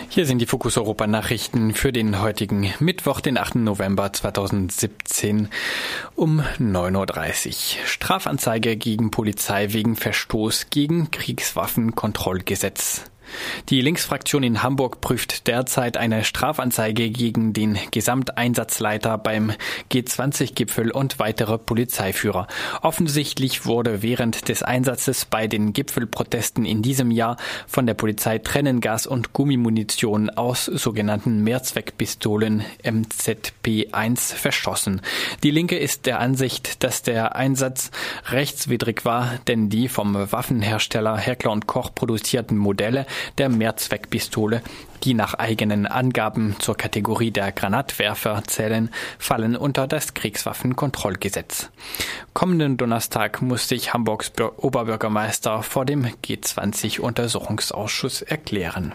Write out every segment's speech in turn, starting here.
Hier sind die Fokus Europa Nachrichten für den heutigen Mittwoch, den 8. November 2017 um 9.30 Uhr. Strafanzeige gegen Polizei wegen Verstoß gegen Kriegswaffenkontrollgesetz. Die Linksfraktion in Hamburg prüft derzeit eine Strafanzeige gegen den Gesamteinsatzleiter beim G20-Gipfel und weitere Polizeiführer. Offensichtlich wurde während des Einsatzes bei den Gipfelprotesten in diesem Jahr von der Polizei Tränengas und Gummimunition aus sogenannten Mehrzweckpistolen MZP-1 verschossen. Die Linke ist der Ansicht, dass der Einsatz rechtswidrig war, denn die vom Waffenhersteller Heckler & Koch produzierten Modelle der Mehrzweckpistole, die nach eigenen Angaben zur Kategorie der Granatwerfer zählen, fallen unter das Kriegswaffenkontrollgesetz. Kommenden Donnerstag muss sich Hamburgs Oberbürgermeister vor dem G20-Untersuchungsausschuss erklären.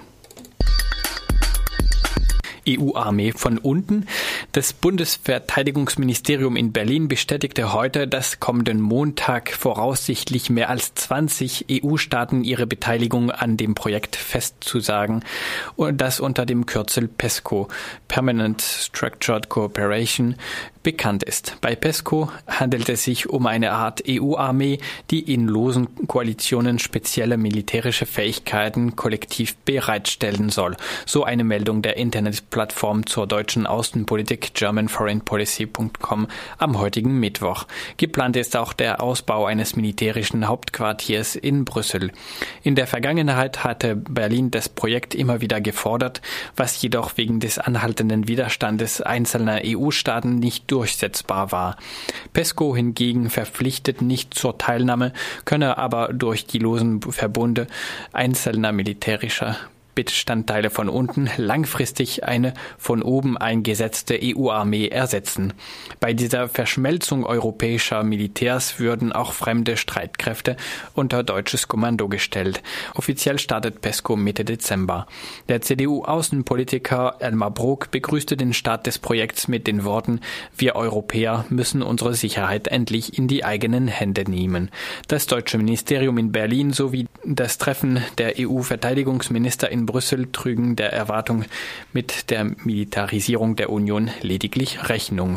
EU-Armee von unten. Das Bundesverteidigungsministerium in Berlin bestätigte heute, dass kommenden Montag voraussichtlich mehr als 20 EU-Staaten ihre Beteiligung an dem Projekt festzusagen, das unter dem Kürzel PESCO, Permanent Structured Cooperation, bekannt ist. Bei PESCO handelt es sich um eine Art EU-Armee, die in losen Koalitionen spezielle militärische Fähigkeiten kollektiv bereitstellen soll. So eine Meldung der Internetplattform zur deutschen Außenpolitik germanforeignpolicy.com am heutigen Mittwoch. Geplant ist auch der Ausbau eines militärischen Hauptquartiers in Brüssel. In der Vergangenheit hatte Berlin das Projekt immer wieder gefordert, was jedoch wegen des anhaltenden Widerstandes einzelner EU-Staaten nicht durchsetzbar war. PESCO hingegen verpflichtet nicht zur Teilnahme, könne aber durch die losen Verbunde einzelner militärischer Bestandteile von unten langfristig eine von oben eingesetzte EU-Armee ersetzen. Bei dieser Verschmelzung europäischer Militärs würden auch fremde Streitkräfte unter deutsches Kommando gestellt. Offiziell startet PESCO Mitte Dezember. Der CDU-Außenpolitiker Elmar Brok begrüßte den Start des Projekts mit den Worten: Wir Europäer müssen unsere Sicherheit endlich in die eigenen Hände nehmen. Das deutsche Ministerium in Berlin sowie das Treffen der EU-Verteidigungsminister in Brüssel trügen der Erwartung mit der Militarisierung der Union lediglich Rechnung.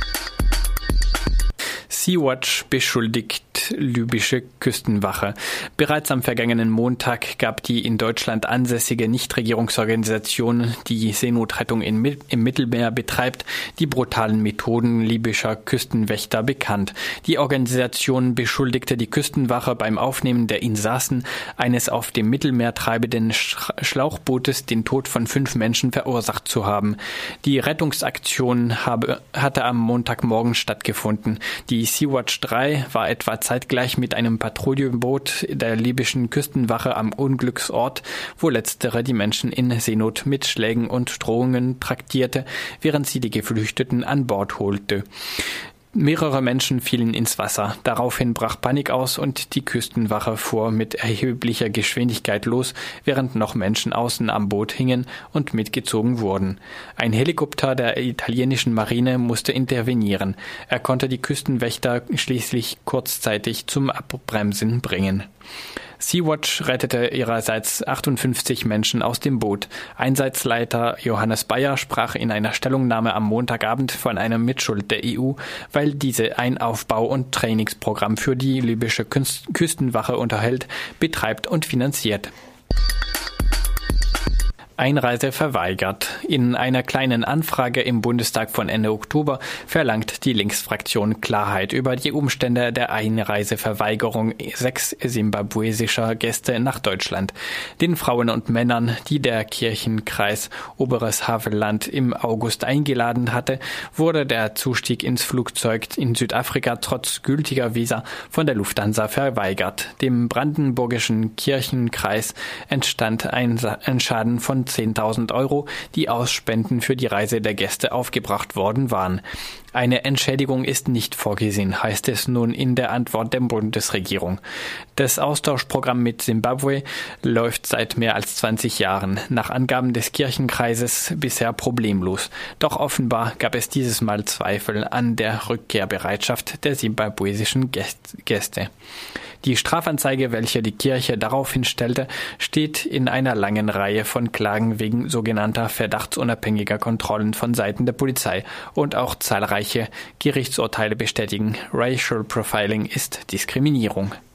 Sea-Watch beschuldigt libysche Küstenwache. Bereits am vergangenen Montag gab die in Deutschland ansässige Nichtregierungsorganisation, die Seenotrettung im Mittelmeer betreibt, die brutalen Methoden libyscher Küstenwächter bekannt. Die Organisation beschuldigte die Küstenwache beim Aufnehmen der Insassen eines auf dem Mittelmeer treibenden Schlauchbootes den Tod von 5 Menschen verursacht zu haben. Die Rettungsaktion hatte am Montagmorgen stattgefunden. Die Sea-Watch 3 war etwa zeitgleich mit einem Patrouillenboot der libyschen Küstenwache am Unglücksort, wo letztere die Menschen in Seenot mit Schlägen und Drohungen traktierte, während sie die Geflüchteten an Bord holte. Mehrere Menschen fielen ins Wasser. Daraufhin brach Panik aus und die Küstenwache fuhr mit erheblicher Geschwindigkeit los, während noch Menschen außen am Boot hingen und mitgezogen wurden. Ein Helikopter der italienischen Marine musste intervenieren. Er konnte die Küstenwächter schließlich kurzzeitig zum Abbremsen bringen. Sea-Watch rettete ihrerseits 58 Menschen aus dem Boot. Einsatzleiter Johannes Bayer sprach in einer Stellungnahme am Montagabend von einer Mitschuld der EU, weil diese ein Aufbau- und Trainingsprogramm für die libysche Küstenwache unterhält, betreibt und finanziert. Einreise verweigert. In einer kleinen Anfrage im Bundestag von Ende Oktober verlangt die Linksfraktion Klarheit über die Umstände der Einreiseverweigerung 6 simbabwesischer Gäste nach Deutschland. Den Frauen und Männern, die der Kirchenkreis Oberes Havelland im August eingeladen hatte, wurde der Zustieg ins Flugzeug in Südafrika trotz gültiger Visa von der Lufthansa verweigert. Dem brandenburgischen Kirchenkreis entstand ein Schaden von 10.000 €, die aus Spenden für die Reise der Gäste aufgebracht worden waren. Eine Entschädigung ist nicht vorgesehen, heißt es nun in der Antwort der Bundesregierung. Das Austauschprogramm mit Simbabwe läuft seit mehr als 20 Jahren, nach Angaben des Kirchenkreises bisher problemlos. Doch offenbar gab es dieses Mal Zweifel an der Rückkehrbereitschaft der simbabwesischen Gäste. Die Strafanzeige, welche die Kirche daraufhin stellte, steht in einer langen Reihe von Klagen wegen sogenannter verdachtsunabhängiger Kontrollen von Seiten der Polizei und auch zahlreiche Gerichtsurteile bestätigen, Racial Profiling ist Diskriminierung.